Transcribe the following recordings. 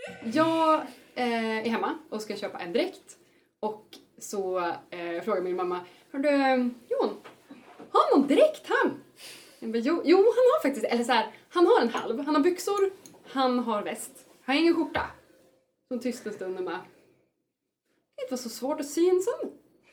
Jag är hemma och ska köpa en dräkt. Och så frågar min mamma, hördu, Jon, har han någon dräkt han? Jag bara, jo, han har faktiskt, eller så här, han har en halv. Han har byxor, han har väst. Han har ingen skjorta. Så en tyst stund och bara, det var så svårt att sy en sån.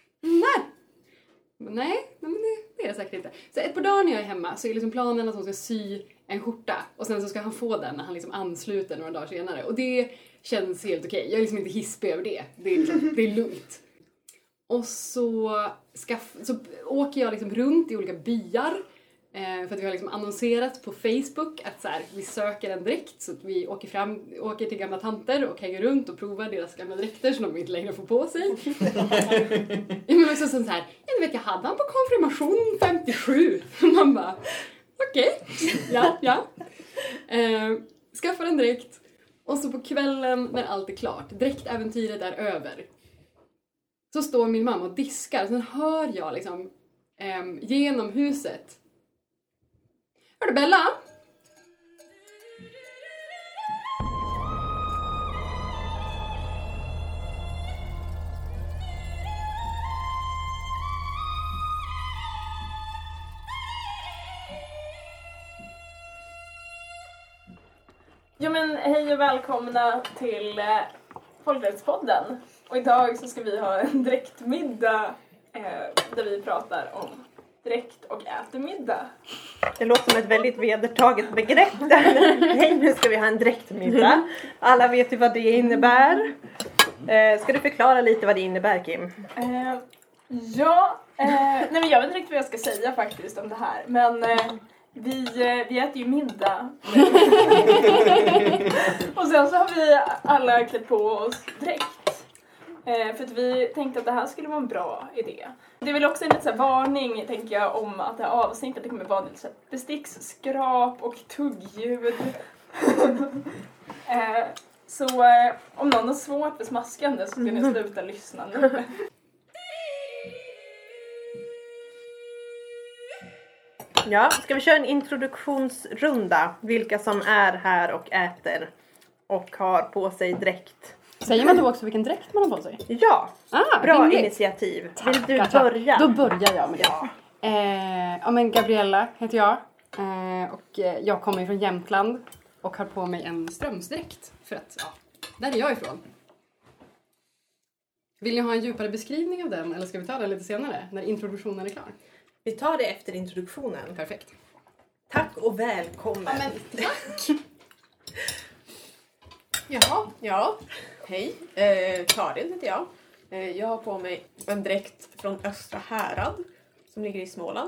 Nej, men det är det säkert inte. Så ett par dagar när jag är hemma så är liksom planen att hon ska sy en skjorta. Och sen så ska han få den när han liksom ansluter några dagar senare. Och det känns helt okej. Jag är liksom inte hispig över det. Det är lugnt. Och så åker jag liksom runt i olika byar. För att vi har liksom annonserat på Facebook att så här, vi söker en dräkt. Så att vi åker till gamla tanter och hänger runt och provar deras gamla dräkter som de inte längre får på sig. Men också så här, jag hade han på konfirmation 57. Man bara, okej, ja. Skaffar en dräkt. Och så på kvällen när allt är klart, dräktäventyret är över. Så står min mamma och diskar. Sen hör jag liksom genom huset. Hördu Bella? Jo men hej och välkomna till Folkrättspodden. Och idag så ska vi ha en dräktmiddag där vi pratar om dräkt och äter middag. Det låter som ett väldigt vedertaget begrepp. Hej, nu ska vi ha en dräktmiddag. Alla vet ju vad det innebär. Ska du förklara lite vad det innebär, Kim? Nej men jag vet inte riktigt vad jag ska säga faktiskt om det här. Men vi äter ju middag. Och sen så har vi alla klätt på oss dräkt. För att vi tänkte att det här skulle vara en bra idé. Det är väl också en liten så här varning, tänker jag, om att det här avsnittet det kommer vara lite så här besticksskrap och tuggljud. Så om någon har svårt för smaskande så ska ni sluta lyssna nu. Ja, ska vi köra en introduktionsrunda? Vilka som är här och äter och har på sig dräkt. Säger man då också vilken dräkt man har på sig? Ja, bra rimligt. Initiativ. Tack, Vill du börja? Då börjar jag med det. Ja. Men Gabriella heter jag. Och jag kommer från Jämtland och har på mig en strömsdräkt. För att, där är jag ifrån. Vill ni ha en djupare beskrivning av den eller ska vi ta den lite senare när introduktionen är klar? Vi tar det efter introduktionen. Perfekt. Tack och välkommen. Ja, men tack. Ja. Hej. Karin heter jag. Jag har på mig en dräkt från Östra Härad som ligger i Småland.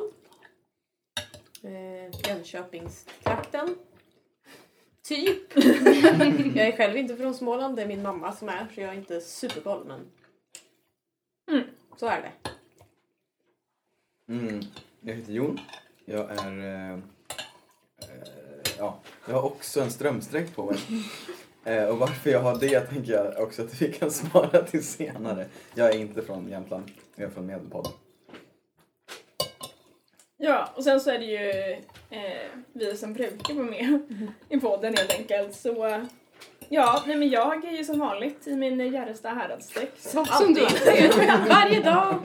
Jönköpingstrakten. Typ. Jag är själv inte från Småland, det är min mamma som är, så jag är inte superkoll, men så är det. Jag heter Jon. Jag är jag har också en strömsträck på mig. Och varför jag har det tänker jag också att vi kan spara till senare. Jag är inte från Jämtland, jag är från Medelpad. Ja, och sen så är det ju vi som brukar vara med i podden helt enkelt. Så men jag är ju som vanligt i min Järresta häradsdräkt. Som alltid. Varje dag.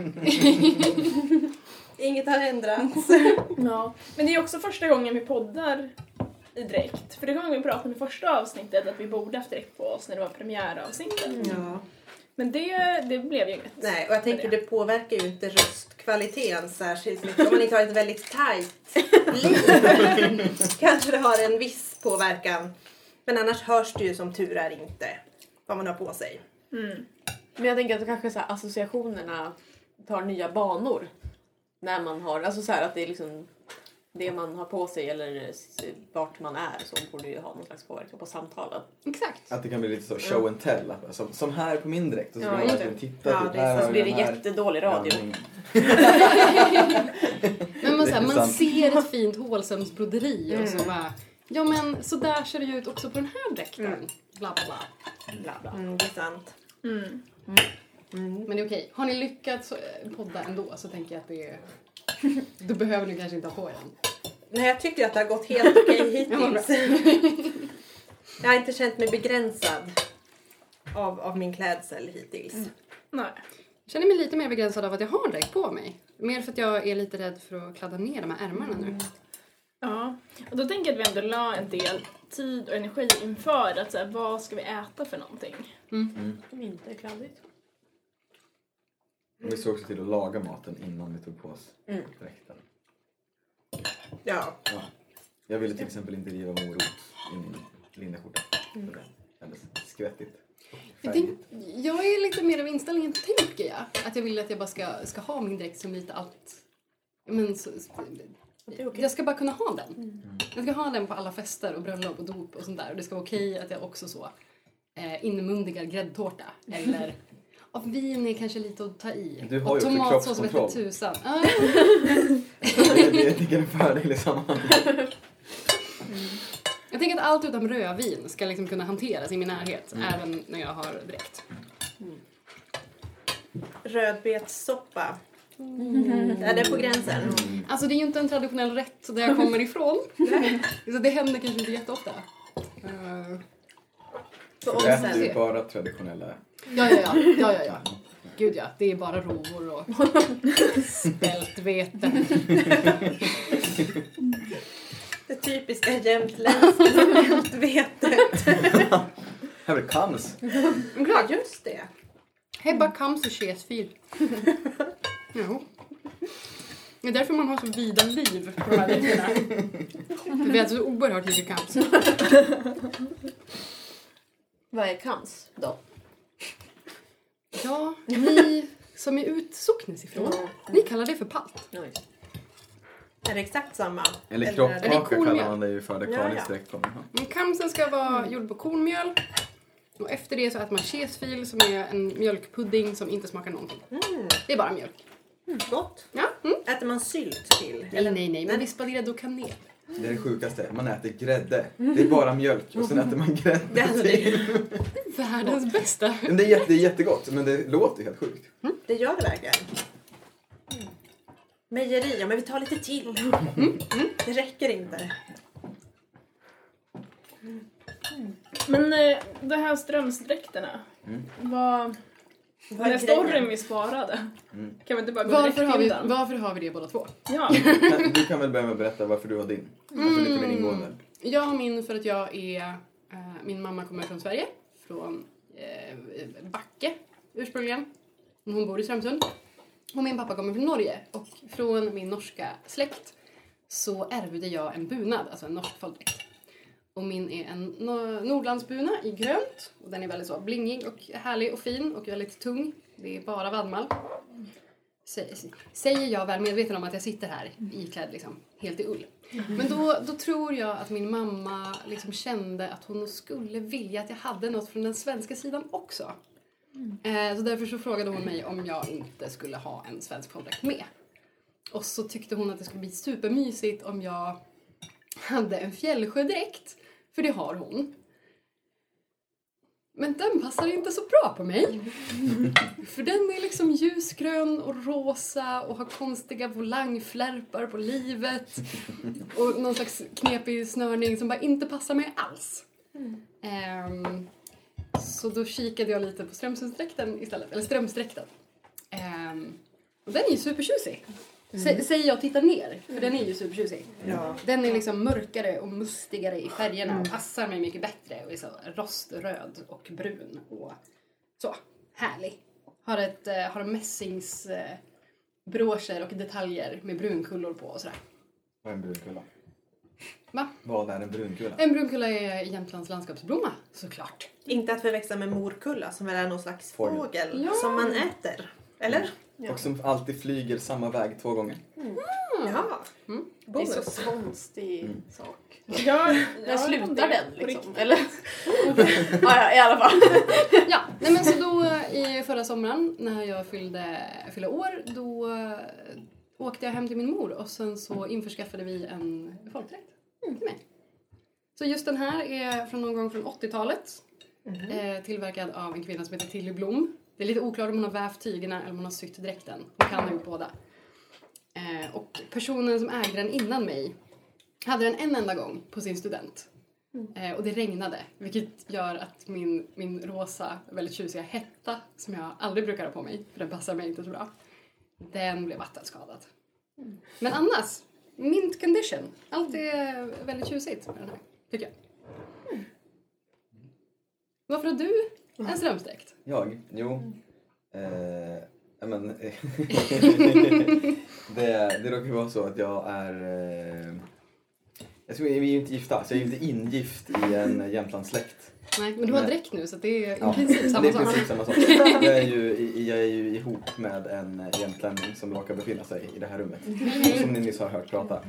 Inget har ändrats. Ja, men det är också första gången vi poddar i dräkt. För det kommer vi prata om i första avsnittet att vi borde haft dräkt på oss när det var premiäravsnittet. Ja. Men det blev ju inget. Nej, och jag tänker det påverkar ju inte röstkvaliteten särskilt mycket. Om man inte har ett väldigt tajt liv kanske det har en viss påverkan. Men annars hörs det ju som tur är inte vad man har på sig. Men jag tänker att kanske så här, associationerna tar nya banor när man har, alltså så här att det är liksom det man har på sig eller vart man är, så borde ju ha någon slags påverkan på samtalet. Exakt. Att det kan bli lite så show and tell. Som här på min dräkt. Och så Ja, kan man det. titta. Ja, typ, det är här så har blir vi det den här. jättedålig radio. Men man sant. ser ett fint hålsömsbroderi och så bara, ja men så där ser det ut också på den här dräkten. Bla bla bla. Det är sant. Men det är okej. Har ni lyckats podda ändå så tänker jag att det är... Då behöver ni kanske inte ha på er den. Nej, jag tycker att det har gått helt okej hittills. Jag har inte känt mig begränsad. av min klädsel hittills. Nej. Jag känner mig lite mer begränsad av att jag har dräkt på mig. Mer för att jag är lite rädd för att kladda ner de här ärmarna nu. Ja, och då tänker jag att vi ändå la en del tid och energi inför att så här, vad ska vi äta för någonting? Som inte är kladdigt. Och vi såg också till att laga maten innan vi tog på oss dräkten. Ja. Ja. Jag ville till exempel inte riva morot i min linneskjorta. Det kändes skvättigt. Jag är lite mer av inställningen, tänker jag. Att jag vill att jag bara ska ha min dräkt som lite allt. Men jag ska bara kunna ha den. Jag ska ha den på alla fester och bröllop och dop och sånt där. Och det ska vara okej att jag också så inmundigar gräddtårta. Eller av vin är kanske lite att ta i. Du har och ju tomatsås kroppskontroll. vet tusan. Det tycker jag är en fördel i sammanhanget. Jag tänker att allt utom rödvin ska liksom kunna hanteras i min närhet. Även när jag har dräkt. Rödbetssoppa. Är det på gränsen? Alltså det är ju inte en traditionell rätt där jag kommer ifrån. Så det händer kanske inte jätteofta. På Så äter Olsen. du bara traditionella. Ja. Gud ja, det är bara rovor och spältvete. Det typiska jämtländska smältvetet. Här comes. Ja, just det. Hebba comes och kesfil. Jo. Det är därför man har så vida liv på de här veckorna. För vi äter så oerhört mycket kams. Vad är kams då? Ja, ni som är utsocknes ifrån, ni kallar det för palt. Är det exakt samma? Eller Är det kroppkaka kornmjöl? kallar man det ju för. Det Ja, Karin ja. direkt kommer. Men kamsen ska vara gjord på kornmjöl. Och efter det så äter man kesfil som är en mjölkpudding som inte smakar någonting. Det är bara mjölk. Gott. Ja. Äter man sylt till? Nej. Men vispad grädde och kanel. Det är det sjukaste. Man äter grädde. Det är bara mjölk och sen äter man grädde Alltså, till. Världens bästa. Men det är jättegott, men det låter helt sjukt. Det gör det verkligen. Mejeri, ja men vi tar lite till. Det räcker inte. Men de här strömsdräkterna, vad är storyn vi sparade? Kan vi inte bara gå direkt till den? Varför har vi det båda två? Ja. Men du kan väl börja med att berätta varför du har din. Alltså lite mer ingående. Jag har min för att jag är... min mamma kommer från Sverige. Från Backe ursprungligen. Hon bor i Strömsund. Och min pappa kommer från Norge. Och från min norska släkt så ärvde jag en bunad. Alltså en norsk folkdräkt. Och min är en nordlandsbuna i grönt. Och den är väldigt så blingig och härlig och fin och väldigt tung. Det är bara vadmal. Säger jag väl medveten om att jag sitter här iklädd liksom, helt i ull. Men då tror jag att min mamma liksom kände att hon skulle vilja att jag hade något från den svenska sidan också. Så därför så frågade hon mig om jag inte skulle ha en svensk folkdräkt med. Och så tyckte hon att det skulle bli supermysigt om jag hade en fjällsjödräkt. För det har hon. Men den passar inte så bra på mig. För den är liksom ljusgrön och rosa och har konstiga volangflärpar på livet. Och någon slags knepig snörning som bara inte passar mig alls. Så då kikade jag lite på Strömsundsdräkten istället. Eller Strömsdräkten. Och den är ju supertjusig. Säger jag och tittar ner, för den är ju supertjusig. Ja. Den är liksom mörkare och mustigare i färgerna och passar mig mycket bättre. Och är så roströd och brun och så härlig. Har mässingsbroscher och detaljer med brunkullor på och sådär. Vad är en brunkulla? Va? Vad är en brunkulla? En brunkulla är Jämtlands landskapsblomma, såklart. Inte att förväxla med morkulla som väl är någon slags Fågel. fågel Ja. som man äter. Eller? Ja. Och som alltid flyger samma väg 2 gånger. Ja. Det är Bonus. så konstig sak. När Slutar den liksom? Eller? Ja, i alla fall. Ja, nej men så då i förra sommaren när jag fyllde år, då åkte jag hem till min mor och sen så införskaffade vi en folkdräkt till mig. Så just den här är från någon gång från 80-talet. Tillverkad av en kvinna som heter Tilly Blom. Det är lite oklart om hon har vävt tygerna eller om hon har sytt dräkten. Hon kan ha gjort båda. Och personen som ägde den innan mig hade den en enda gång på sin student. Och det regnade, vilket gör att min rosa, väldigt tjusiga hetta, som jag aldrig brukar ha på mig, för den passar mig inte så bra, den blev vattenskadad. Men annars, mint condition. Allt är väldigt tjusigt med den här, tycker jag. Varför har du en strömsträckt? Jag? Jo. Det råkar vara så att jag är... vi är ju inte gifta, så jag är inte ingift i en Jämtlandssläkt. Nej, men du har dräkt nu så det är Ja, i princip samma det är sak. i princip samma sak. Jag är ju ihop med en jämtlänning som råkar befinna sig i det här rummet. Som ni nyss har hört prata.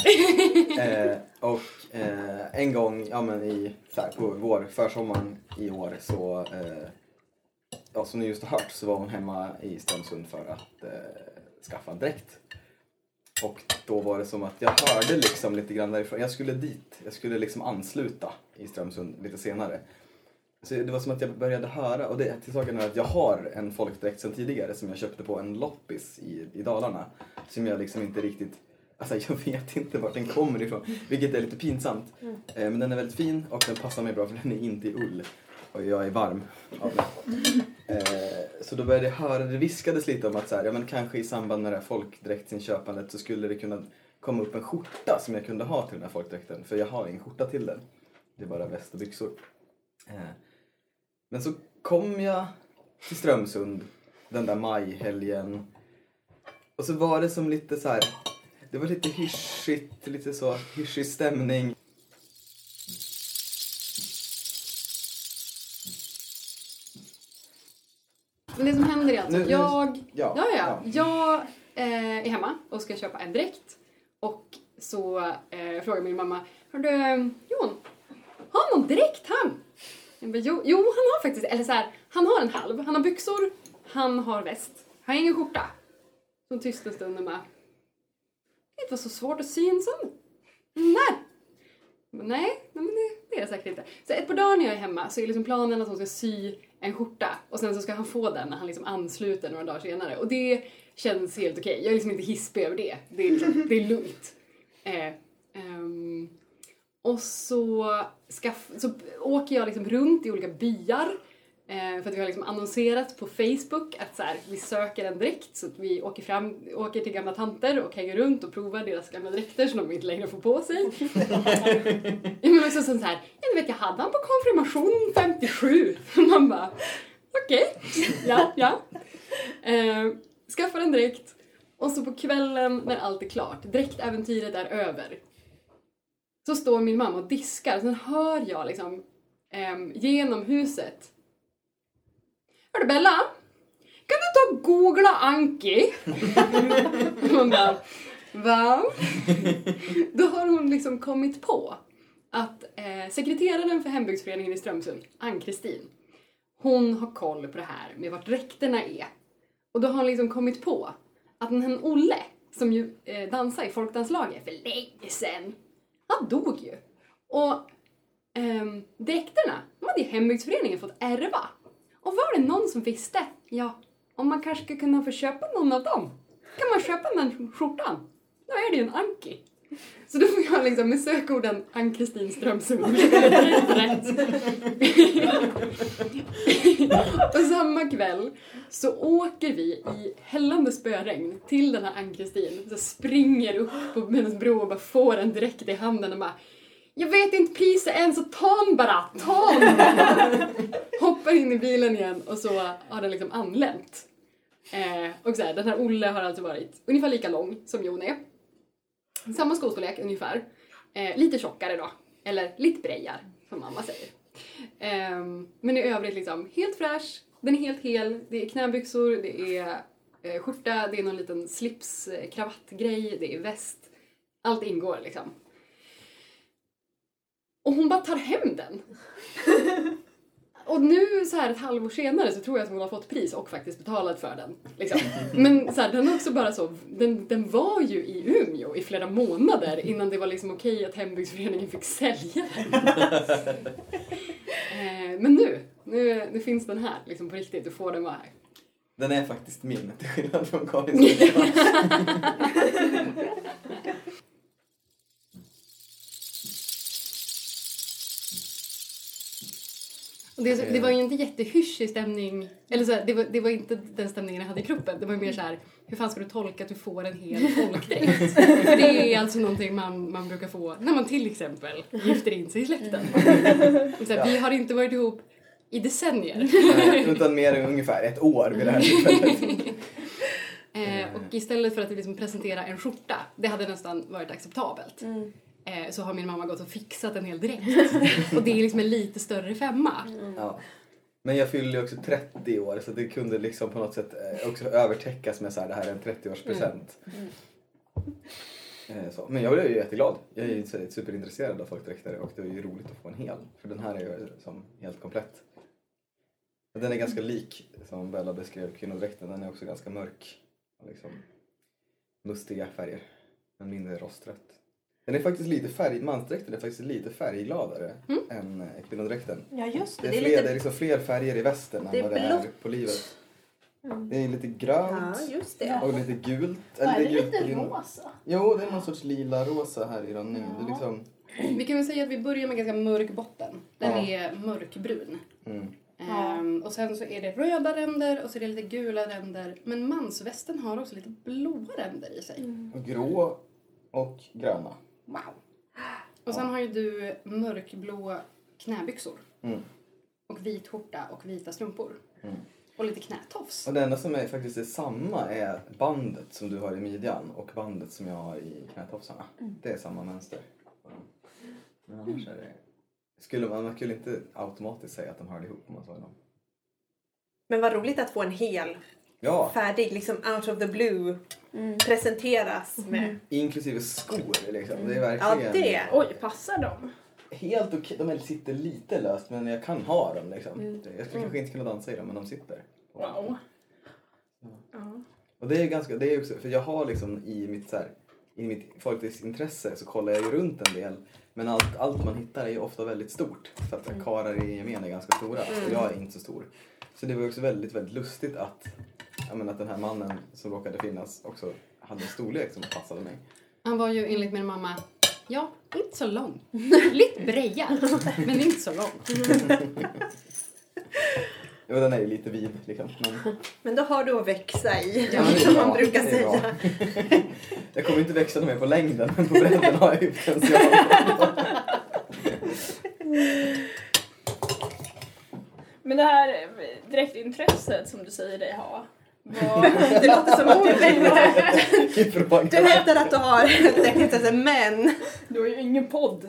En gång, på försommaren i år så... som ni just har hört så var hon hemma i Strömsund för att skaffa en dräkt. Och då var det som att jag hörde liksom lite grann därifrån. Jag skulle dit. Jag skulle liksom ansluta i Strömsund lite senare. Så det var som att jag började höra. Och det till saken är att jag har en folkdräkt sedan tidigare som jag köpte på en loppis i Dalarna. Som jag liksom inte riktigt... Alltså jag vet inte vart den kommer ifrån. Vilket är lite pinsamt. Men den är väldigt fin och den passar mig bra för den är inte i ull. Och jag är varm av det. Så då började jag höra, det viskades lite om att men kanske i samband med det här folkdräktsinköpandet så skulle det kunna komma upp en skjorta som jag kunde ha till den här folkdräkten. För jag har ingen skjorta till den. Det är bara väst och byxor. Men så kom jag till Strömsund den där majhelgen. Och så var det som lite så här, det var lite hyschigt, lite så hyschig stämning. Men det som händer är alltså att Ja. jag är hemma och ska köpa en dräkt. Och så frågar min mamma, hördu Jon, har någon dräkt han? Jag bara, jo han har faktiskt, eller så här, han har en halv, han har byxor, han har väst, han har ingen skjorta. Så tyst en stund och bara, det var så svårt att sy en sån. Nej, men det är det säkert inte. Så ett par dagar när jag är hemma så är liksom planen att hon ska sy en skjorta. Och sen så ska han få den när han liksom ansluter några dagar senare. Och det känns helt okej. Jag är liksom inte hispig över det. Det är lugnt. Och så åker jag liksom runt i olika byar. För att vi har liksom annonserat på Facebook att så här, vi söker en dräkt. Så att vi åker till gamla tanter och hänger runt och provar deras gamla dräkter som de inte längre får på sig. Men också så här, jag hade han på konfirmation 57. Man bara, okej, ja. Skaffar en dräkt. Och så på kvällen när allt är klart, dräktäventyret är över. Så står min mamma och diskar. Sen hör jag liksom genom huset. Hörru Bella, kan du ta och googla Anki? Hon bara, va? Då har hon liksom kommit på att sekreteraren för hembygdsföreningen i Strömsund, Ann-Kristin, hon har koll på det här med vart dräkterna är. Och då har hon liksom kommit på att den här Olle, som ju dansade i folkdanslaget för länge sedan, han dog ju. Och dräkterna, de hade ju hembygdsföreningen fått ärva. Och var det någon som visste, om man kanske skulle kunna få köpa någon av dem, kan man köpa den skjortan, då är det ju en Anki. Så då får jag liksom med sökorden Ann-Kristin Strömsund rätt. Och samma kväll så åker vi i hällande spöregn till den här Ann-Kristin. Så springer upp på hennes bro och bara får en dräkt i handen och bara, jag vet inte priset än så ta den bara. Hoppar in i bilen igen och så har den liksom anlänt. Och så här, den här Olle har alltså varit ungefär lika lång som Jon är. Samma skostorlek ungefär. Lite tjockare då. Eller lite brejar, som mamma säger. Men i övrigt liksom helt fräsch. Den är helt hel. Det är knäbyxor, det är skjorta, det är någon liten slips, kravattgrej, det är väst. Allt ingår liksom. Och hon bara tar hem den. Och nu så här ett halvår senare så tror jag att hon har fått pris och faktiskt betalat för den. Liksom. Men så här, den är också bara så, den var ju i Umeå i flera månader innan det var liksom okej att hembygdsföreningen fick sälja den. Men nu finns den här liksom på riktigt, du får den vara här. Den är faktiskt min, till skillnad från Karin. Och det var ju inte jättehyschig stämning. Eller så här, det var inte den stämningen jag hade i gruppen. Det var mer så här, hur fan ska du tolka att du får en hel folkdräkt? För det är alltså någonting man brukar få när man till exempel gifter in sig i släkten. Så här, vi har inte varit ihop i decennier. Nej, utan mer än ungefär 1 år vid det här tillfället. Och istället för att liksom presentera en skjorta, det hade nästan varit acceptabelt. Så har min mamma gått och fixat en hel dräkt. Och det är liksom en lite större 5. Ja. Men jag fyllde ju också 30 år så det kunde liksom på något sätt också övertäckas med så här, det här är en 30-årspresent. Så. Men jag blev ju jätteglad. Jag är ju superintresserad av folkdräkter och det är ju roligt att få en hel. För den här är ju som helt komplett. Den är ganska lik som Bella beskrev kvinnodräkten. Den är också ganska mörk. Och liksom mustiga färger. Men mindre rostrött. Den är faktiskt lite mansdräkten är faktiskt lite färggladare än kvinnodräkten. Ja, just det. Det är liksom fler färger i västen än vad det är på livet. Det är lite grönt just det. och lite gult. Är det gult lite rosa? Jo, det är någon sorts lila-rosa här i rönningen. Det är liksom... Vi kan väl säga att vi börjar med ganska mörk botten. Den är mörkbrun. Och sen så är det röda ränder och så är det lite gula ränder. Men mansvästen har också lite blåa ränder i sig. Och grå och gröna. Wow. Och sen har ju du mörkblå knäbyxor. Och vit skjorta och vita strumpor. Och lite knätofs. Och det enda som är faktiskt är samma är bandet som du har i midjan och bandet som jag har i knätofsarna. Det är samma mönster. Men annars är det... Man skulle inte automatiskt säga att de hör ihop om man sa dem. Men vad roligt att få en hel färdig, liksom out of the blue, presenteras med. Inklusive skor liksom. Det är verkligen... Ja, det. Oj, passar de? Helt okej. De sitter lite löst men jag kan ha dem liksom. Jag skulle kanske inte kunna dansa i dem men de sitter. Wow. Och det är också, för jag har liksom i mitt folkdräktsintresse så kollar jag ju runt en del. Men allt man hittar är ju ofta väldigt stort. För att karar i gemen är ganska stora och jag är inte så stor. Så det var också väldigt, väldigt lustigt att den här mannen som råkade finnas också hade en storlek som passade mig. Han var ju enligt min mamma, inte så lång. Lite breja, men inte så lång. Jo, den är ju lite vid liksom. Men då har du att växa i, som man brukar säga. Jag kommer inte växa mer på längden, men på bredden har jag ju potential. Men det här direktintresset som du säger dig ha. Det låter som att du hävdar att du har ett direktintresse, men... Du har ju ingen podd.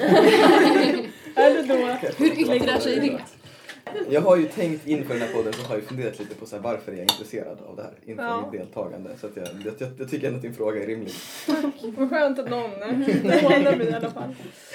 Är det då? Hur yttrar sig det? Jag har ju tänkt inför den här podden så har jag funderat lite på så här, varför är jag intresserad av det här inför mitt deltagande. Så att jag tycker ändå att din fråga är rimlig. Vad skönt att någon håller mig i alla fall.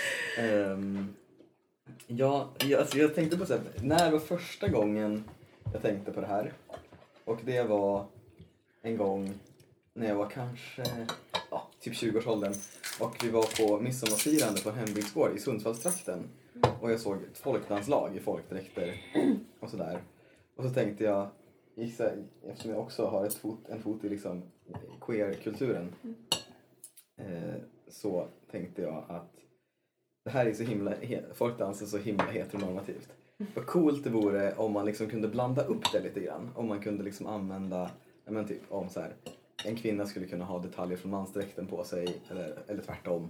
Jag tänkte på så här, när var första gången jag tänkte på det här? Och det var en gång när jag var kanske typ 20-årsåldern. Och vi var på midsommarfirande på hembygdsgård i Sundsvallstrakten. Och jag såg ett folkdanslag i folkdräkter och sådär. Och så tänkte jag, eftersom jag också har en fot i liksom queer-kulturen. Så tänkte jag att det här är så folkdans är så himla heteronormativt. Vad coolt det vore om man liksom kunde blanda upp det lite grann. Om man kunde liksom använda, typ om så här, en kvinna skulle kunna ha detaljer från mansdräkten på sig eller tvärtom.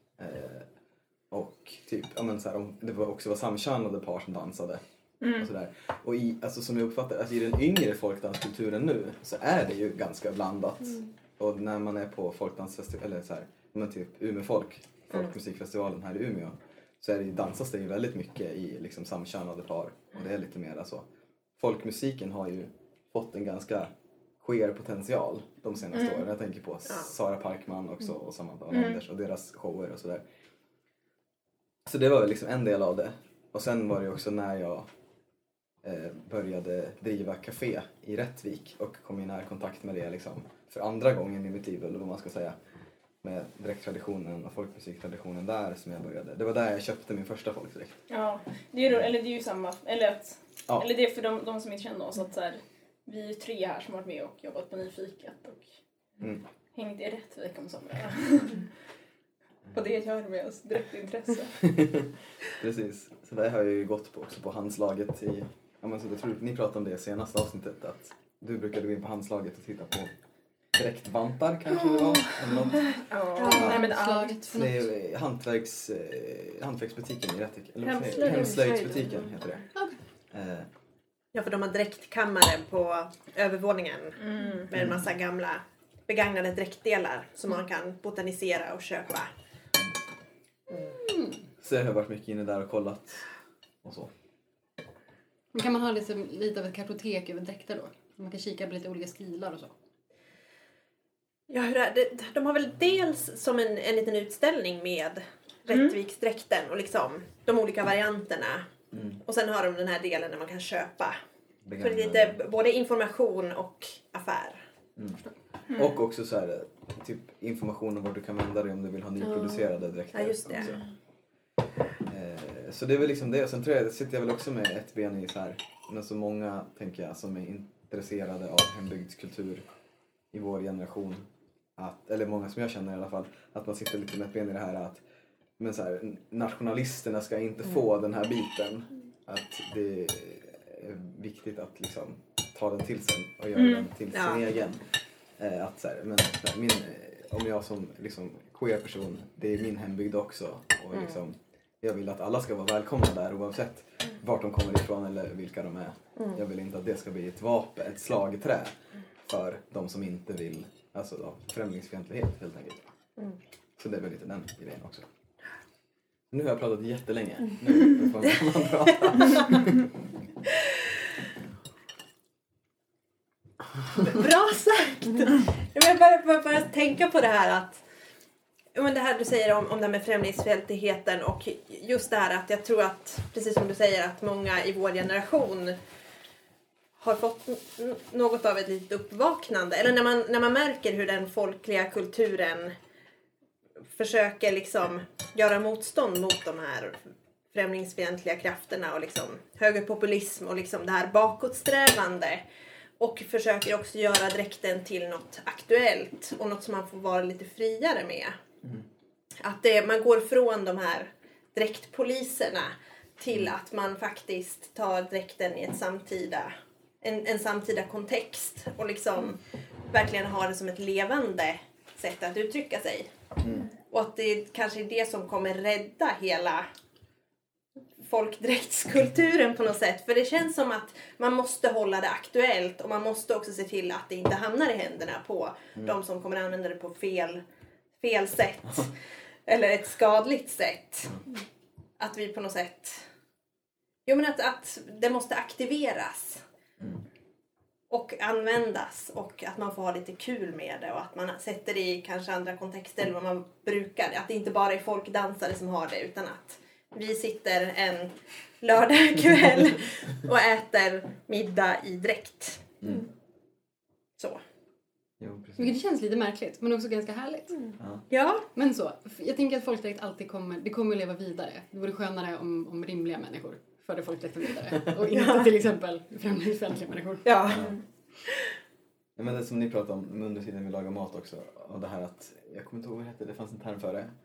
Och typ, så här, om det också var samkönade par som dansade. Och sådär. Och som jag uppfattar, i den yngre folkdanskulturen nu så är det ju ganska blandat. Och när man är på folkdansfestival, eller så här, typ Umeå folkmusikfestivalen här i Umeå, så dansas det ju väldigt mycket i liksom samkönade par. Och det är lite mer så. Folkmusiken har ju fått en ganska queer potential de senaste åren. Jag tänker på Sara Parkman också och Samantha och Anders och deras shower och sådär. Så det var väl liksom en del av det. Och sen var det också när jag började driva café i Rättvik och kom i närkontakt med det liksom för andra gången i mitt liv, eller vad man ska säga, med dräkttraditionen och folkmusiktraditionen där som jag började. Det var där jag köpte min första folkdräkt. Ja, det är ju samma, eller det är för de som inte känner oss att så här, vi är 3 här som har varit med och jobbat på Nyfiket och hängt i Rättvik om somrarna. Och det gör med oss direkt intresse. Precis. Så det har jag ju gått på också på handslaget i... Ja, men så jag tror ni pratade om det senaste avsnittet. Att du brukade gå in på handslaget och titta på dräktvantar kanske det var. Eller något. Nej, men Slaget för Det något. är hantverksbutiken i Rättvik. Eller Hemslöjd. hemslöjdsbutiken heter det. Okej. Ja, för de har dräktkammare på övervåningen med en massa gamla begagnade dräktdelar som man kan botanisera och köpa. Så jag har varit mycket inne där och kollat och så. Men kan man ha lite av ett kartotek över dräkter då? Man kan kika på lite olika stilar och så. Ja, de har väl dels som en liten utställning med Rättviksdräkten och liksom de olika varianterna. Och sen har de den här delen där man kan köpa. För lite både information och affär. Och också så här, typ information om var du kan vända dig om du vill ha nyproducerade dräkter. Ja, just det. Också. Så det är väl liksom det. Sen tror jag, sitter jag väl också med ett ben i så här, men så många, tänker jag, som är intresserade av hembygdskultur i vår generation. Eller många som jag känner i alla fall, att man sitter lite med ett ben i det här att men så här, nationalisterna ska inte få den här biten. Att det är viktigt att liksom ta den till sig och göra den till sin egen. Att så här, men så här, om jag som liksom queer-person, det är min hembygd också. Och liksom, jag vill att alla ska vara välkomna där oavsett vart de kommer ifrån eller vilka de är. Jag vill inte att det ska bli ett vapen, ett slagträ för de som inte vill, alltså då, främlingsfientlighet helt enkelt. Så det är väl lite den grejen också. Nu har jag pratat jättelänge. Nu får man prata. Bra sagt! Jag bara tänka på det här att men det här du säger om det här med främlingsfientligheten och just det här att jag tror att, precis som du säger, att många i vår generation har fått något av ett litet uppvaknande. Eller när man märker hur den folkliga kulturen försöker liksom göra motstånd mot de här främlingsfientliga krafterna och liksom högerpopulism och liksom det här bakåtsträvande. Och försöker också göra dräkten till något aktuellt och något som man får vara lite friare med. Att man går från de här dräktpoliserna till att man faktiskt tar dräkten i en samtida kontext och liksom verkligen har det som ett levande sätt att uttrycka sig. Och att det kanske är det som kommer rädda hela folkdräktskulturen på något sätt. För det känns som att man måste hålla det aktuellt och man måste också se till att det inte hamnar i händerna på de som kommer använda det på fel sätt. Eller ett skadligt sätt. Att vi på något sätt... Jo, men att det måste aktiveras. Och användas. Och att man får ha lite kul med det. Och att man sätter det i kanske andra kontexter än vad man brukar. Att det inte bara är folkdansare som har det. Utan att vi sitter en lördagkväll och äter middag i dräkt. Så. Jo, precis. Vilket känns lite märkligt, men också ganska härligt. Ja. Men så, jag tänker att folkdräkt alltid kommer att leva vidare. Det vore skönare om rimliga människor förde folkdräkten vidare. Och inte till exempel främlingsfientliga människor. Ja. Ja, men det som ni pratade om under tiden vi lagar mat också. Och det här att, jag kommer inte ihåg vad det hette, det fanns en term för det.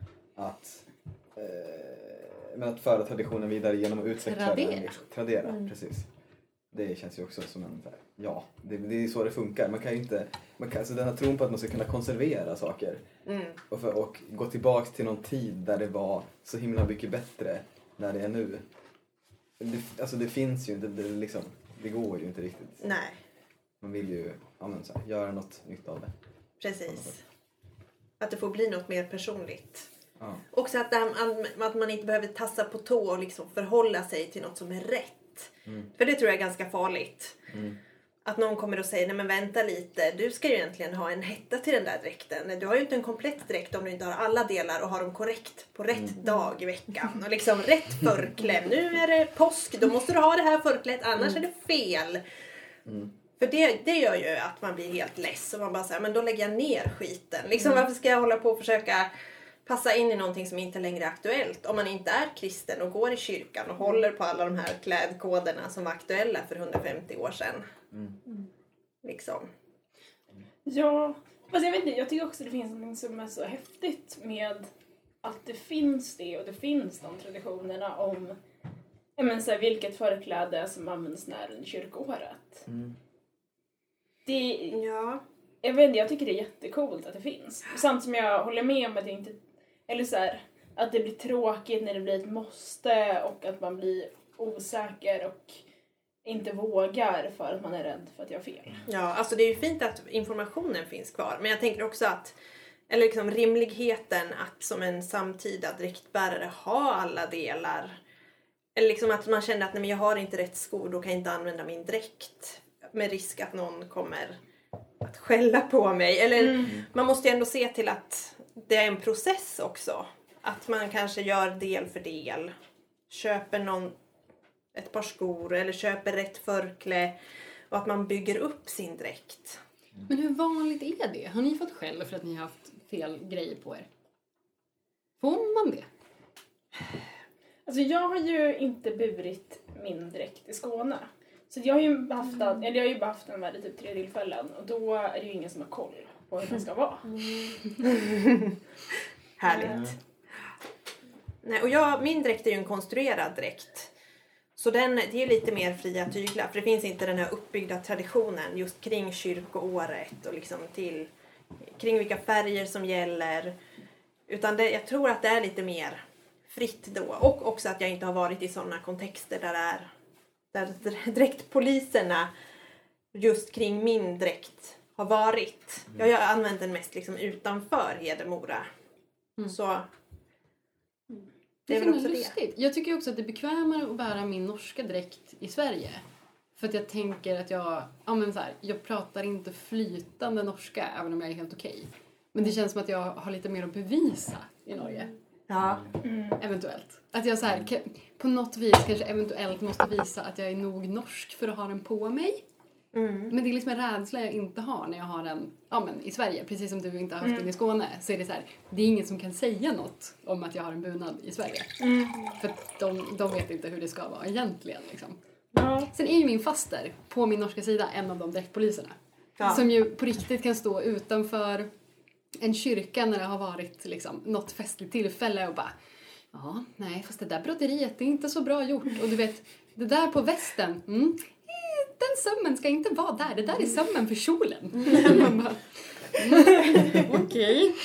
Att föra traditionen vidare genom att utveckla den. Tradera, precis. Det känns ju också som en, ja, det är så det funkar. Man kan ju inte, alltså den här tron på att man ska kunna konservera saker. Och gå tillbaka till någon tid där det var så himla mycket bättre när det är nu. Det finns ju inte, det går ju inte riktigt. Nej. Man vill ju göra något nytt av det. Precis. Att det får bli något mer personligt. Ja. Också att man inte behöver tassa på tå och liksom förhålla sig till något som är rätt. För det tror jag är ganska farligt. Att någon kommer och säger, nej men vänta lite, du ska ju egentligen ha en hetta till den där dräkten. Du har ju inte en komplett dräkt om du inte har alla delar och har dem korrekt på rätt dag i veckan. Och liksom rätt förkläm. Nu är det påsk, då måste du ha det här förklätt, annars är det fel. För det gör ju att man blir helt less och man bara säger, men då lägger jag ner skiten. Liksom varför ska jag hålla på och försöka passa in i någonting som inte längre är aktuellt. Om man inte är kristen och går i kyrkan och håller på alla de här klädkoderna som var aktuella för 150 år sedan. Liksom. Ja, fast jag vet inte, jag tycker också det finns något som är så häftigt med att det finns det och det finns de traditionerna om så här, vilket förkläde som används när kyrkoåret. Ja. Jag tycker det är jättecoolt att det finns. Samt som jag håller med om att det inte, eller så här, att det blir tråkigt när det blir ett måste och att man blir osäker och inte vågar för att man är rädd för att göra fel. Ja, alltså det är ju fint att informationen finns kvar. Men jag tänker också att, eller liksom rimligheten att som en samtida dräktbärare ha alla delar. Eller liksom att man känner att nej, men jag har inte rätt skor, då kan jag inte använda min dräkt. Med risk att någon kommer att skälla på mig. Eller man måste ju ändå se till att det är en process också. Att man kanske gör del för del. Köper ett par skor eller köper rätt förklä. Och att man bygger upp sin dräkt. Men hur vanligt är det? Har ni fått skäll för att ni har haft fel grejer på er? Får man det? Alltså jag har ju inte burit min dräkt i Skåne. Så jag har ju bara haft den med i typ 3 tillfällen. Och då är det ju ingen som har koll på hur den ska vara. Härligt. Nej, och min dräkt är ju en konstruerad dräkt. Så det är lite mer fria tyglar. För det finns inte den här uppbyggda traditionen just kring kyrkoåret. Och liksom kring vilka färger som gäller. Utan jag tror att det är lite mer fritt då. Och också att jag inte har varit i sådana kontexter där dräktpoliserna just kring min dräkt har varit. Jag har använt den mest liksom utanför Hedemora. Så det är väl också lustigt. Jag tycker också att det är bekvämare att bära min norska dräkt i Sverige. För att jag tänker att jag pratar inte flytande norska även om jag är helt okej. Men det känns som att jag har lite mer att bevisa i Norge. Ja. Eventuellt. Att jag på något vis kanske eventuellt måste visa att jag är nog norsk för att ha den på mig. Men det är liksom en rädsla jag inte har när jag har den i Sverige. Precis som du inte har haft den i Skåne. Så är det så här, det är ingen som kan säga något om att jag har en bunad i Sverige. För att de vet inte hur det ska vara egentligen. Liksom. Sen är ju min faster på min norska sida en av de dräktpoliserna. Som ju på riktigt kan stå utanför en kyrka när det har varit liksom, något festligt tillfälle och bara fast det där broderiet det är inte så bra gjort. Och du vet, det där på västen, den sömmen ska inte vara där. Det där är sömmen för kjolen. Man bara, okej.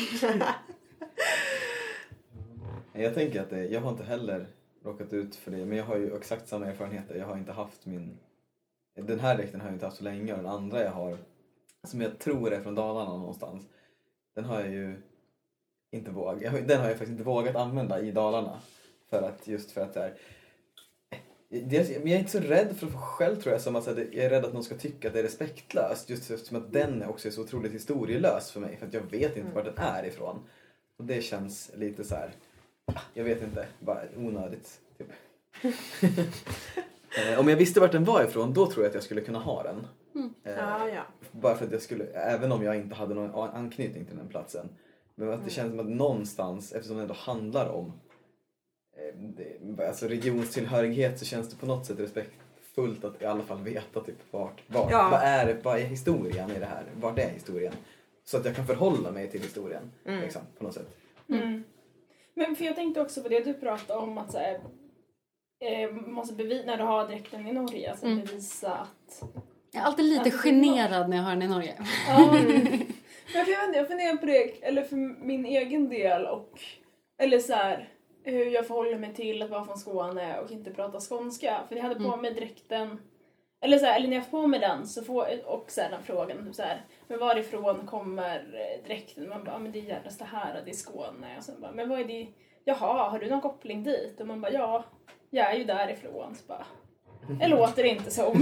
Jag tänker att jag har inte heller råkat ut för det. Men jag har ju exakt samma erfarenheter. Jag har inte haft den här dräkten har jag inte haft så länge. Och den andra jag har, som jag tror är från Dalarna någonstans. Den har jag ju inte vågat. Den har jag faktiskt inte vågat använda i Dalarna. För att det här. Men jag är inte så rädd för att få skäll tror jag. Som att jag är rädd att någon ska tycka att det är respektlöst. Just eftersom att den också är så otroligt historielös för mig. För att jag vet inte var den är ifrån. Och det känns lite så här. Jag vet inte. Bara onödigt. Typ. Om jag visste vart den var ifrån. Då tror jag att jag skulle kunna ha den. Bara för att jag skulle. Även om jag inte hade någon anknytning till den platsen. Men att det känns som att någonstans. Eftersom det ändå handlar om alltså regionstillhörighet, så känns det på något sätt respektfullt att i alla fall veta typ vad är historien i det här, vart är historien, så att jag kan förhålla mig till historien liksom, på något sätt. Men för jag tänkte också på det du pratade om att så här, måste bevisa när du har dräkten i Norge, alltså bevisa att jag är alltid lite generad när jag har den i Norge. Men jag funderar på det, eller för min egen del och eller så här, hur jag förhåller mig till att vara från Skåne och inte prata skånska. För jag hade på mig dräkten. Eller när jag får på mig den så får och så här, den frågan. Så här, men varifrån kommer dräkten? Man bara, men det är jävla här, det är Skåne. Och sen bara, men vad är det? Jaha, har du någon koppling dit? Och man bara, ja, jag är ju därifrån. Så bara, jag låter inte som.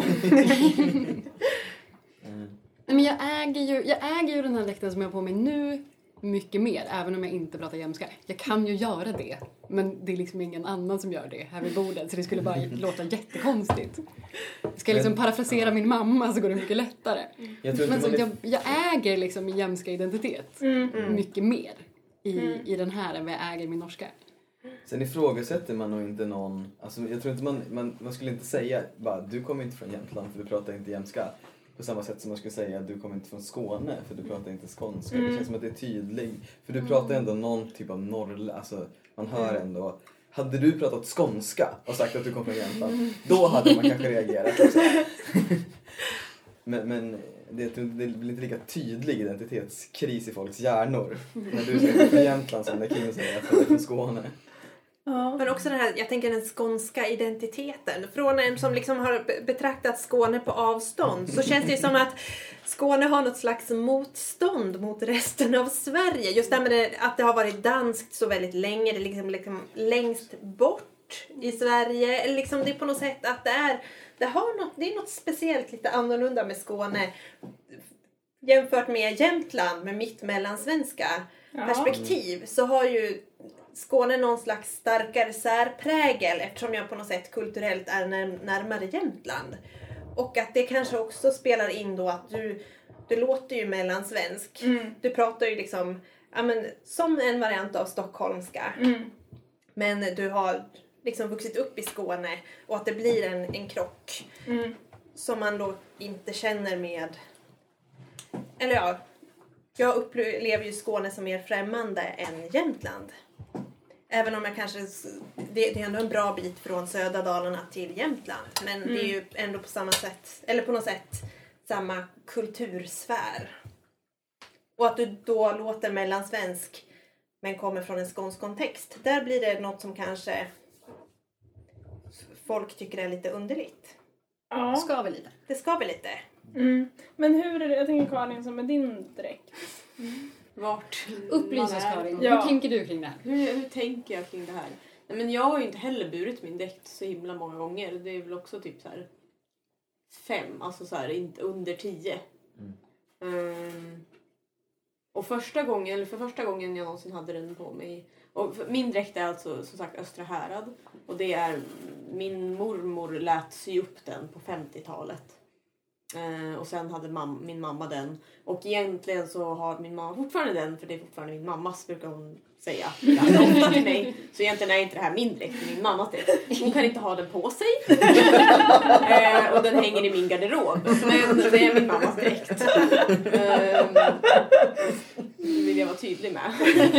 Men jag äger ju den här dräkten som jag har på mig nu. Mycket mer, även om jag inte pratar jämska. Jag kan ju göra det, men det är liksom ingen annan som gör det här vid bordet, så det skulle bara låta jättekonstigt. Ska jag liksom parafrasera min mamma så går det mycket lättare. Men så jag äger liksom min jämska identitet mycket mer i den här än vad jag äger min norska. Sen ifrågasätter man nog inte någon, alltså jag tror inte man skulle inte säga bara, du kommer inte från Jämtland för du pratar inte jämska. på samma sätt som man skulle säga att du kommer inte från Skåne för du pratar inte skånska. Det känns som att det är tydligt. För du pratar ändå någon typ av alltså man hör ändå. Hade du pratat skånska och sagt att du kom från Jämtland, då hade man kanske reagerat också. Men det blir inte lika tydlig identitetskris i folks hjärnor när du säger från Jämtland som när Kim säger att du är från Skåne. Ja. Men också den här, jag tänker den skånska identiteten. Från en som liksom har betraktat Skåne på avstånd så känns det som att Skåne har något slags motstånd mot resten av Sverige. Just det med att det har varit danskt så väldigt länge. Det är liksom längst bort i Sverige. Eller liksom det är på något sätt att det är något speciellt lite annorlunda med Skåne jämfört med Jämtland med mitt mellansvenska perspektiv. Så har ju Skåne någon slags starkare särprägel eftersom jag på något sätt kulturellt är närmare Jämtland. Och att det kanske också spelar in då att du låter ju mellansvensk. Du pratar ju liksom som en variant av stockholmska. Men du har liksom vuxit upp i Skåne och att det blir en krock som man då inte känner med. Eller ja, jag upplever ju Skåne som mer främmande än Jämtland. Även om jag kanske, det är ändå en bra bit från södra Dalarna till Jämtland. Men det är ju ändå på samma sätt, eller på något sätt samma kultursfär. Och att du då låter mellansvensk men kommer från en skånsk kontext. Där blir det något som kanske folk tycker är lite underligt. Ja. Skaver lite. Det skaver lite. Men hur är det, jag tänker Karin som med din dräkt. Vart Upplys man oss är. Karin. Ja. Hur tänker du kring det här? Hur tänker jag kring det här? Nej, men jag har ju inte heller burit min dräkt så himla många gånger. Det är väl också typ så här 5, alltså så här inte under 10. Och för första gången jag någonsin hade den på mig. Och min dräkt är alltså som sagt Östra Härad. Och det är, min mormor lät sy upp den på 50-talet. Och sen hade min mamma den. Och egentligen så har min mamma fortfarande den. För det är fortfarande min mammas, brukar hon säga. Ganska ofta till mig. Så egentligen är inte det här min dräkt, det är min mammas dräkt. Hon kan inte ha den på sig. Och den hänger i min garderob. Men det är min mammas dräkt. Det vill jag vara tydlig med.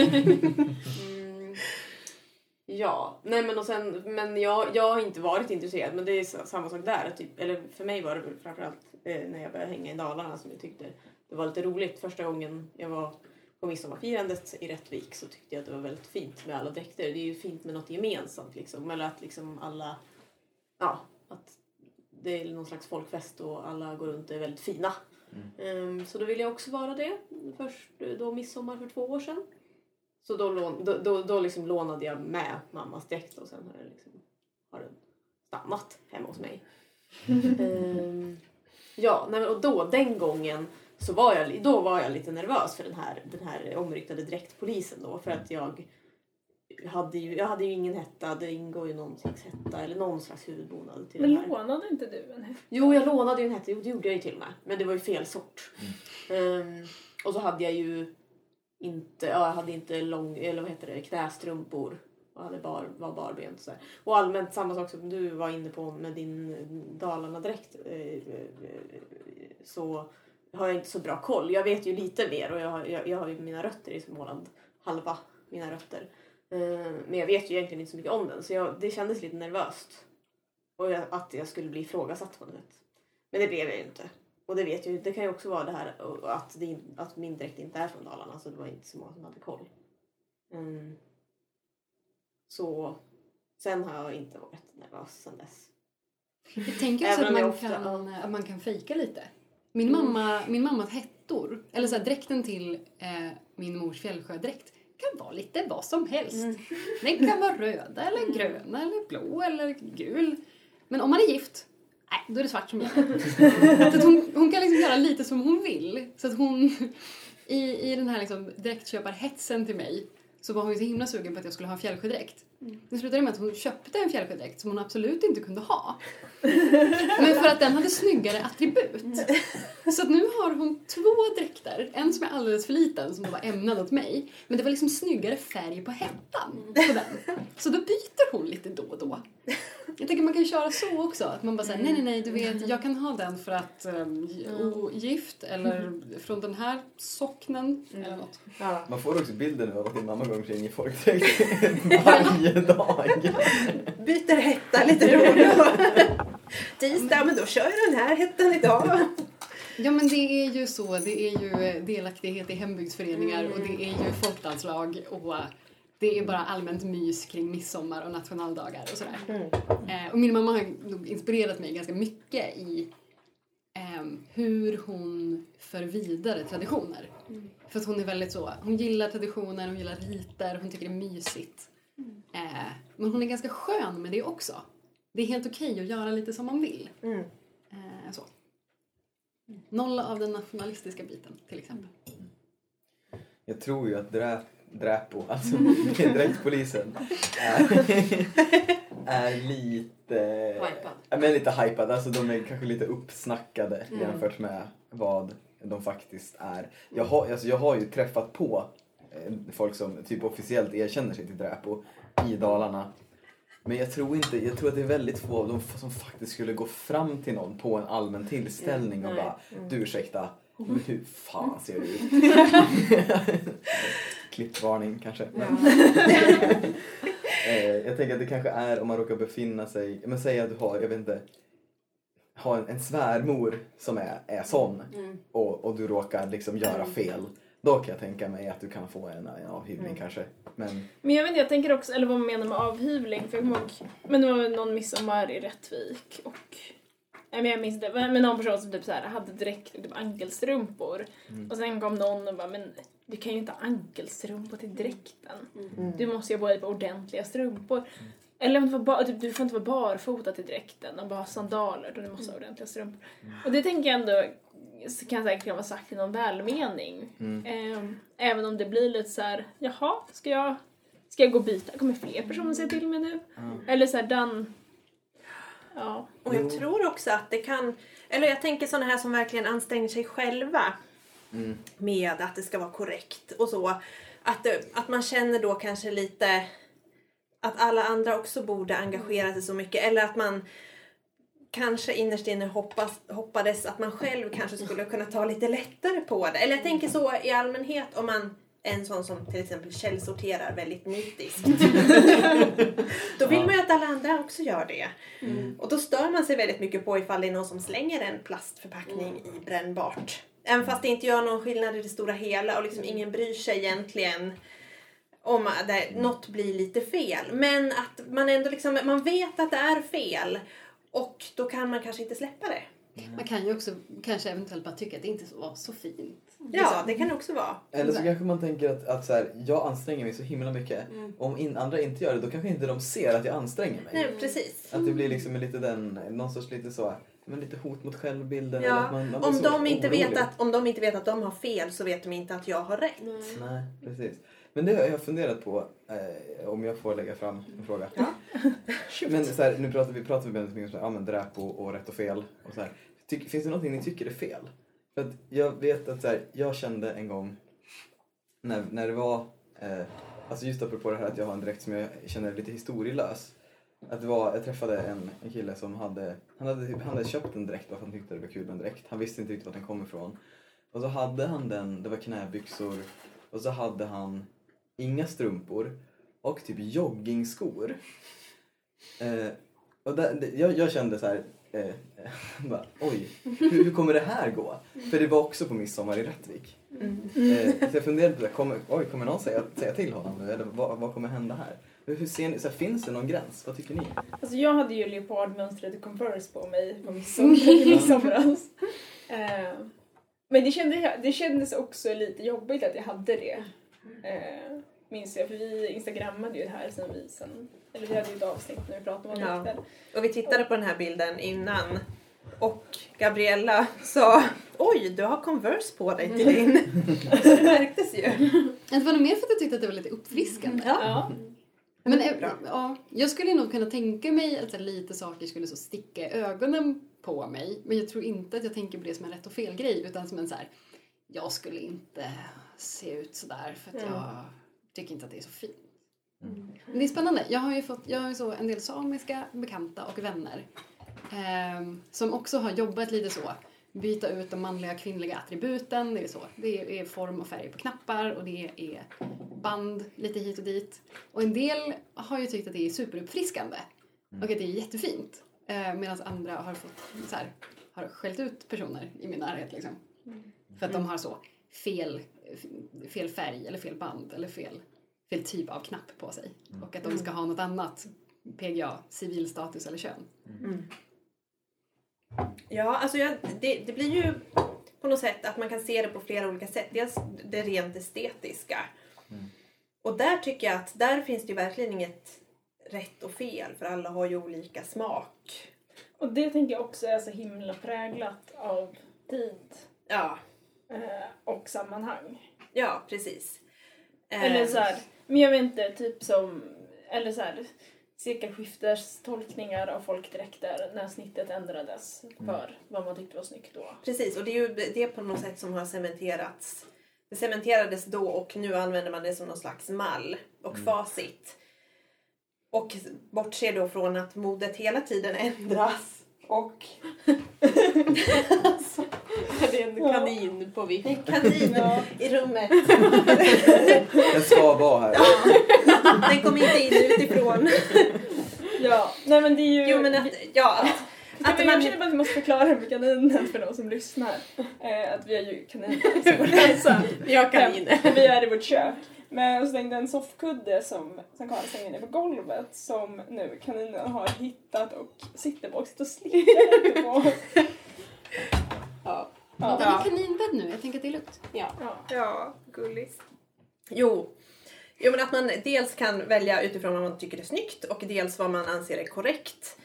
Ja, nej men och sen, men jag har inte varit intresserad, men det är samma sak där, typ, eller för mig var det framförallt när jag började hänga i Dalarna som jag tyckte det var lite roligt. Första gången jag var på midsommarfirandet i Rättvik så tyckte jag att det var väldigt fint med alla dräkter. Det är ju fint med något gemensamt liksom, eller att liksom alla, ja, att det är någon slags folkfest och alla går runt och är väldigt fina. Så då ville jag också vara det. Först då midsommar för 2 år sedan. Så då liksom lånade jag med mammas dräkt och sen har den stannat hemma hos mig. Ja, nej, och då den gången så var jag lite nervös för den här omryktade dräktpolisen då, för att jag hade ju ingen hetta, det ingår ju någon slags hetta eller någon slags huvudbonad till Men det här. lånade inte du en hetta? Jo, jag lånade ju en hetta, det gjorde jag ju till och med, men det var ju fel sort. Och så hade jag ju jag hade inte knästrumpor och var barbent så här. Och allmänt samma sak som du var inne på med din Dalarna-dräkt, så har jag inte så bra koll. Jag vet ju lite mer och jag har ju mina rötter i Småland, halva mina rötter. Men jag vet ju egentligen inte så mycket om den, så det kändes lite nervöst. Och att jag skulle bli ifrågasatt på något sätt. Men det blev jag ju inte. Och det vet jag ju, det kan ju också vara det här att min dräkt inte är från Dalarna, så det var inte så många som hade koll. Så sen har jag inte varit nervös sen dess. Jag tänker också att man kan fejka lite. Min mammas hettor, eller så här, dräkten till min mors fjällsjödräkt kan vara lite vad som helst. Den kan vara röda eller gröna eller blå eller gul. Men om man är gift, nej, då är det svart som gäller. Så att hon kan liksom göra lite som hon vill. Så att hon i den här liksom dräktköparhetsen till mig, så var hon ju så himla sugen på att jag skulle ha en fjällsjödräkt. Det slutade med att hon köpte en fjällsjödräkt som hon absolut inte kunde ha. Men för att den hade snyggare attribut. Så att nu har hon 2 dräkter. En som är alldeles för liten, som var ämnad åt mig. Men det var liksom snyggare färg på hettan på den. Så då byter hon lite då och då. Jag tänker man kan köra så också. Att man bara säger nej, du vet, jag kan ha den för att ogift eller från den här socknen eller något. Ja. Man får också bilden av att din mamma går omkring i folkdräkt varje dag. Byter hetta lite då och då. Tisdag, men då kör jag den här hettan idag. Ja, men det är ju så. Det är ju delaktighet i hembygdsföreningar och det är ju folkdanslag och det är bara allmänt mys kring midsommar och nationaldagar och sådär. Och min mamma har nog inspirerat mig ganska mycket i hur hon för vidare traditioner. För att hon är väldigt så, hon gillar traditioner, hon gillar riter, hon tycker det är mysigt. Men hon är ganska skön med det också. Det är helt okej att göra lite som man vill. Så. Nolla av den nationalistiska biten, till exempel. Jag tror ju att Dräpo, alltså direktpolisen, är lite... Hypad. Men lite hypad, alltså de är kanske lite uppsnackade jämfört med vad de faktiskt är. Jag har ju träffat på folk som typ officiellt erkänner sig till Dräpo i Dalarna. Men jag tror att det är väldigt få av dem som faktiskt skulle gå fram till någon på en allmän tillställning och bara, du ursäkta, men hur fan ser du ut? Klippvarning kanske. Jag tänker att det kanske är om man råkar befinna sig, men säg att du har, jag vet inte, ha en svärmor som är sån och du råkar liksom göra fel. Då kan jag tänka mig att du kan få en avhyvling kanske. Men jag vet inte, jag tänker också, eller vad man menar med avhyvling. För jag kommer ihåg, men det var någon midsommar i Rättvik och jag minns det, men någon person som typ så här hade direkt typ ankelstrumpor. Och sen kom någon och bara, men du kan ju inte ha ankelstrumpor till dräkten. Du måste ju bara på ordentliga strumpor. Eller om det var typ, du får inte vara barfota till dräkten och bara ha sandaler, då du måste ha ordentliga strumpor. Och det tänker jag ändå kan säkert vara sagt i någon välmening. Även om det blir lite så här, jaha, ska jag gå och byta? Kommer fler personer säga till mig nu? Eller så här, den... Ja. Och jag tror också att det kan, eller jag tänker sådana här som verkligen anstränger sig själva med att det ska vara korrekt och så. Att man känner då kanske lite att alla andra också borde engagera sig så mycket. Eller att man kanske innerst inne hoppades att man själv kanske skulle kunna ta lite lättare på det. Eller jag tänker så i allmänhet om man en sån som till exempel källsorterar väldigt nitiskt. Då vill man ju att alla andra också gör det. Och då stör man sig väldigt mycket på ifall det är någon som slänger en plastförpackning i brännbart. Även fast det inte gör någon skillnad i det stora hela och liksom ingen bryr sig egentligen om att något blir lite fel. Men att man ändå liksom, man vet att det är fel och då kan man kanske inte släppa det. Man kan ju också kanske eventuellt bara tycka att det inte var så fint. Ja, det kan också vara. Eller så kanske man tänker att så här, jag anstränger mig så himla mycket. Om andra inte gör det, då kanske inte de ser att jag anstränger mig. Nej, precis. Att det blir liksom lite någon sorts lite så, men lite hot mot självbilden. Ja, eller att man om blir så de inte orolig. om de inte vet att de har fel så vet de inte att jag har rätt. Nej, precis. Men det har jag funderat på, om jag får lägga fram en fråga. Ja. Men så här, nu pratar vi väldigt mycket om dräp och rätt och fel. Och så här. Finns det någonting ni tycker är fel? För att jag vet att så här, jag kände en gång när det var, alltså just apropå det här att jag har en dräkt som jag känner lite historielös. Att det var, jag träffade en kille som han hade köpt en dräkt för att han tyckte det var kul med en dräkt. Han visste inte riktigt var den kom ifrån. Och så hade han det var knäbyxor. Och så hade han inga strumpor och typ joggingskor. Och jag kände så här, bara, oj, hur kommer det här gå? För det var också på midsommar i Rättvik. Så jag funderade på det, kommer någon säga till honom nu? Eller vad kommer hända här? Hur ser ni, så här, finns det någon gräns? Vad tycker ni? Alltså jag hade ju leopardmönstrade Converse på mig på midsomras. Men det kändes också lite jobbigt att jag hade det. Minns jag, för vi instagrammade ju det här eller vi hade ju ett avsnitt när vi pratade om dräkter. Och vi tittade på den här bilden innan och Gabriella sa, oj, du har Converse på dig till din. Det märktes ju. Det var nog mer för att jag tyckte att det var lite uppfriskande. Ja. Men ja, jag skulle nog kunna tänka mig att lite saker skulle så sticka i ögonen på mig. Men jag tror inte att jag tänker på det som en rätt och fel grej. Utan som en så här, jag skulle inte se ut sådär för att jag tycker inte att det är så fint. Men det är spännande. Jag har ju så en del samiska bekanta och vänner som också har jobbat lite så. Byta ut de manliga och kvinnliga attributen. Det är så. Det är form och färg på knappar och det är band lite hit och dit. Och en del har ju tyckt att det är superuppfriskande och att det är jättefint. Medan andra har fått har skällt ut personer i min närhet liksom. För att de har så fel färg eller fel band eller fel typ av knapp på sig. Och att de ska ha något annat, PGA, civilstatus eller kön. Ja, alltså det blir ju på något sätt att man kan se det på flera olika sätt. Dels det rent estetiska. Och där tycker jag att där finns det ju verkligen inget rätt och fel. För alla har ju olika smak. Och det tänker jag också är så himla präglat av tid. Ja. Och sammanhang. Ja, precis. Eller så här, men jag vet inte, typ som, eller så här, sekelskifters tolkningar av folkdräkter när snittet ändrades för vad man tyckte var snyggt då. Precis, och det är ju det på något sätt som har cementerats. Det cementerades då och nu använder man det som någon slags mall och facit. Och bortser då från att modet hela tiden ändras. Och alltså, det är en kanin på vift. en kanin i rummet. Den ska vara här. Den kommer inte in utifrån. Ja, nej men det är ju... Jo, men att jag känner bara att vi måste förklara med kaninen för de som lyssnar. Att vi är ju kaniner. Vi har kaniner. Vi är i vårt kök. Men så tänkte en soffkudde som Karin slänger ner på golvet som nu kaninen har hittat och sitter på och slickar på. Ja. Den har kaninbädd nu, jag tänker att det är lugnt. Ja, gulligt. Jo, men att man dels kan välja utifrån vad man tycker är snyggt och dels vad man anser är korrekt.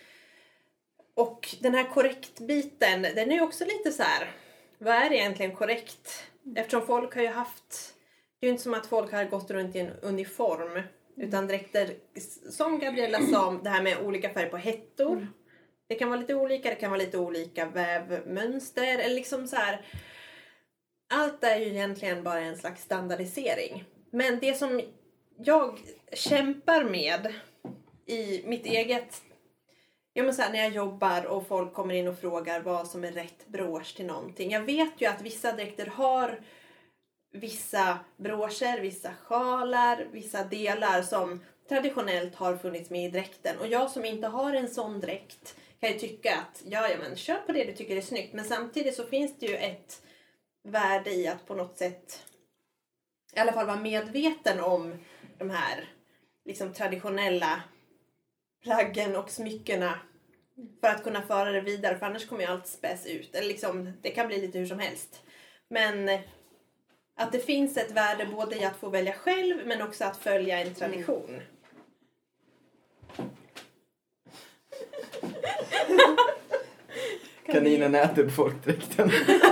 Och den här korrekt-biten, den är ju också lite så här, vad är egentligen korrekt? Eftersom folk har ju haft, det är ju inte som att folk har gått runt i en uniform, utan dräkter som Gabriella sa, det här med olika färger på hettor. Det kan vara lite olika, det kan vara lite olika vävmönster, eller liksom så här. Allt är ju egentligen bara en slags standardisering. Men det som jag kämpar med i mitt eget... men så här, när jag jobbar och folk kommer in och frågar vad som är rätt brosch till någonting. Jag vet ju att vissa dräkter har vissa broscher, vissa sjalar, vissa delar som traditionellt har funnits med i dräkten. Och jag som inte har en sån dräkt kan ju tycka att men kör på det du tycker är snyggt. Men samtidigt så finns det ju ett värde i att på något sätt i alla fall vara medveten om de här liksom traditionella plaggen och smyckena för att kunna föra det vidare, för annars kommer ju allt späs ut. Eller liksom, det kan bli lite hur som helst. Men att det finns ett värde både i att få välja själv men också att följa en tradition. Kaninen äter på folkdräkten.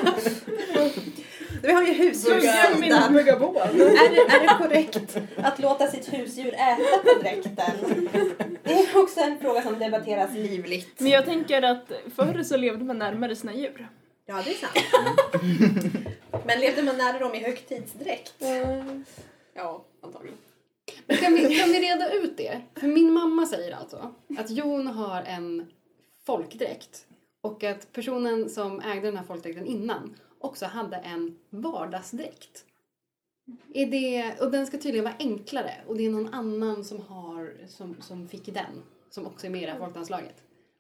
Vi har ju husdjurssidan. Är det korrekt att låta sitt husdjur äta på dräkten? Det är också en fråga som debatteras livligt. Men jag tänker att förr så levde man närmare sina djur. Ja, det är sant. Men levde man nära dem i högtidsdräkt? Ja, antagligen. Men kan vi reda ut det? För min mamma säger alltså att Jon har en folkdräkt och att personen som ägde den här folkdräkten innan också hade en vardagsdräkt. Och den ska tydligen vara enklare. Och det är någon annan som fick den. Som också är med i det här folkdanslaget.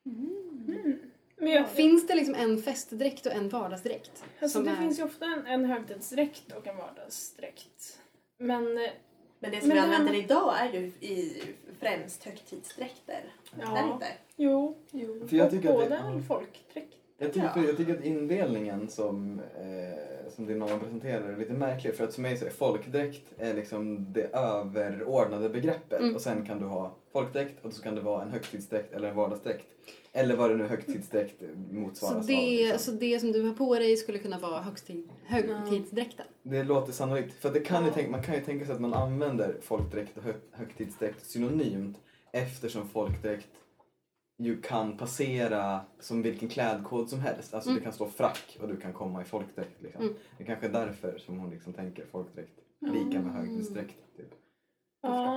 Finns det liksom en festdräkt och en vardagsdräkt? Alltså det finns ju ofta en högtidsdräkt och en vardagsdräkt. Men det som vi använder idag är ju främst högtidsdräkter. Ja. Är det inte? Jo. För jag tycker och att båda är folkdräkt. Jag tycker att indelningen som din mamma presenterar är lite märklig. För att för mig så är folkdräkt är liksom det överordnade begreppet. Och sen kan du ha folkdräkt och så kan det vara en högtidsdräkt eller en vardagsdräkt. Eller vad det nu högtidsdräkt motsvaras av. Liksom. Så det som du har på dig skulle kunna vara högtidsdräkten? Det låter sannolikt. För att man kan ju tänka sig att man använder folkdräkt och högtidsdräkt synonymt. Eftersom folkdräkt ju kan passera som vilken klädkod som helst. Alltså det kan stå frack och du kan komma i folkdräkt. Liksom. Det är kanske är därför som hon liksom tänker folkdräkt lika med högtidsdräkt. Typ. Ja, jo.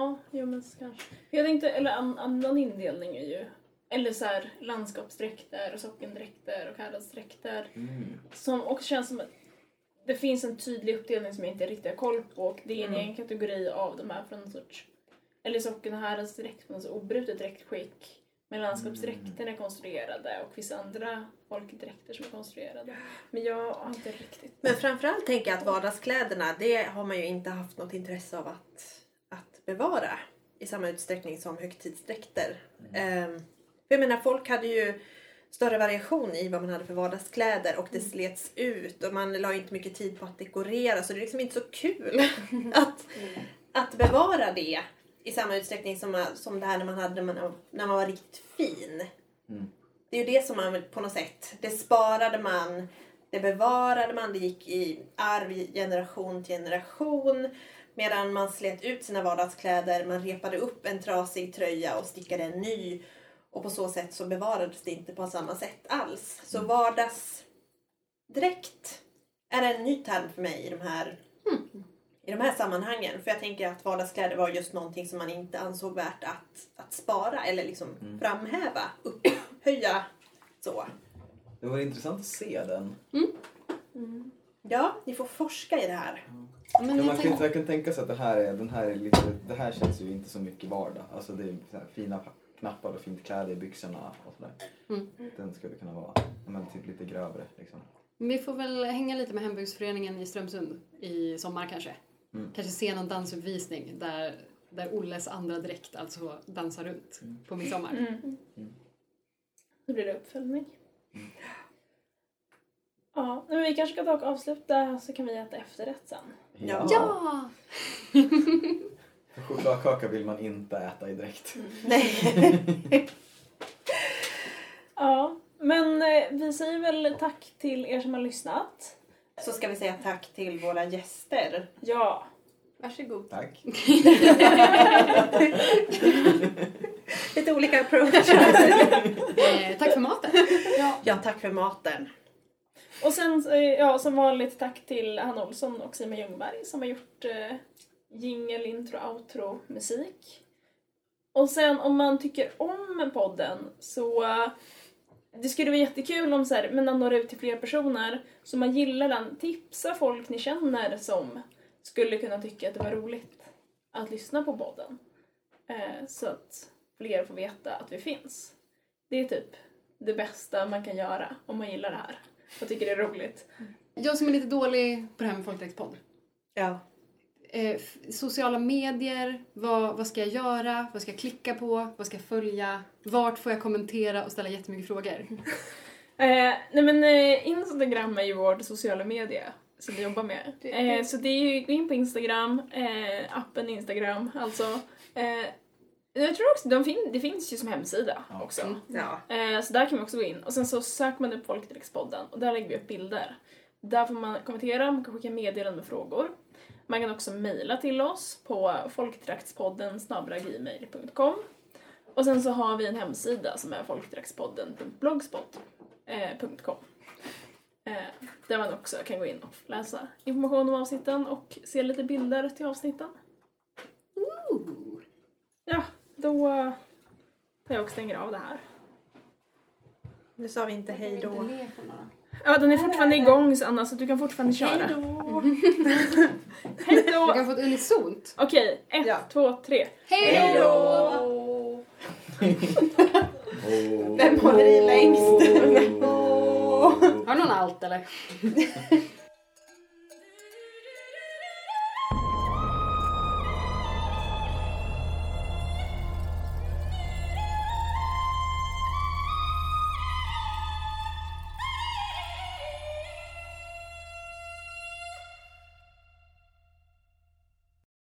men kanske. Jag tänkte, eller annan indelning är ju, eller så här landskapsdräkter och sockendräkter och häradsdräkter. Som också känns som att det finns en tydlig uppdelning som jag inte riktigt har koll på. Och det är en egen kategori av de här från en sorts, eller socken och häradsdräkt från en så obrutet dräktskick. Men landskapsdräkterna är konstruerade och vissa andra folkdräkter som är konstruerade. Men jag har inte riktigt. Men framförallt tänker jag att vardagskläderna, det har man ju inte haft något intresse av att bevara i samma utsträckning som högtidsdräkter. För jag menar, folk hade ju större variation i vad man hade för vardagskläder och det slets ut och man la inte mycket tid på att dekorera, så det är liksom inte så kul att bevara det i samma utsträckning som det här när man hade när man var riktigt fin. Det är ju det som man på något sätt, det sparade man, det bevarade man, det gick i arv generation till generation. Medan man slet ut sina vardagskläder, man repade upp en trasig tröja och stickade en ny. Och på så sätt så bevarades det inte på samma sätt alls. Så vardagsdräkt är en ny term för mig i de här sammanhangen. För jag tänker att vardagskläder var just någonting som man inte ansåg värt att spara eller liksom framhäva, upphöja så. Det var intressant att se den. Ja, ni får forska i det här. Men Man kan inte verkligen tänka sig att det här känns ju inte så mycket vardag. Alltså det är så här fina knappar och fint kläder i byxorna och sådär. Den skulle kunna vara typ lite grövre liksom. Vi får väl hänga lite med hembygdsföreningen i Strömsund i sommar kanske. Kanske se någon dansuppvisning där Olles andra dräkt alltså dansar runt på midsommar. Då blir det uppföljning. Ja, men vi kanske ska ta och avsluta så kan vi äta efterrätt sen. Ja! Chokladkaka vill man inte äta i dräkt. Nej. Ja, men vi säger väl tack till er som har lyssnat. Så ska vi säga tack till våra gäster. Ja. Varsågod. Tack. Lite olika approach. Tack för maten. Ja, tack för maten. Och sen, som vanligt tack till Hanna Olsson och Simon Ljungberg som har gjort jingle, intro, outro, musik. Och sen om man tycker om podden så det skulle vara jättekul om men den når ut till fler personer. Så man gillar den, tipsa folk ni känner som skulle kunna tycka att det var roligt att lyssna på podden. Så att fler får veta att vi finns. Det är typ det bästa man kan göra om man gillar det här. Jag tycker det är roligt. Jag som är lite dålig på det här med folkdräktspodd. Ja. Sociala medier, vad ska jag göra? Vad ska jag klicka på? Vad ska jag följa? Vart får jag kommentera och ställa jättemycket frågor? Instagram är ju vår sociala media som vi jobbar med. Så det är ju, gå in på Instagram, appen Instagram, alltså. Jag tror också, det finns ju som hemsida också. Ja. Så där kan man också gå in. Och sen så söker man upp Folkdräktspodden och där lägger vi upp bilder. Där får man kommentera, man kan skicka meddelanden med frågor. Man kan också mejla till oss på folktraktspodden@gmail.com. Och sen så har vi en hemsida som är folktraktspodden.blogspot.com. Där man också kan gå in och läsa information om avsnitten och se lite bilder till avsnitten. Ja, då tar jag och stänger av det här. Nu sa vi inte hej då. Ja, den är fortfarande igång Anna, så du kan fortfarande köra. Hej då! Hej då! Du kan få ett unisont. Okej, 1, 2, 3. Hej då! Vem håller i längst? Har någon allt eller?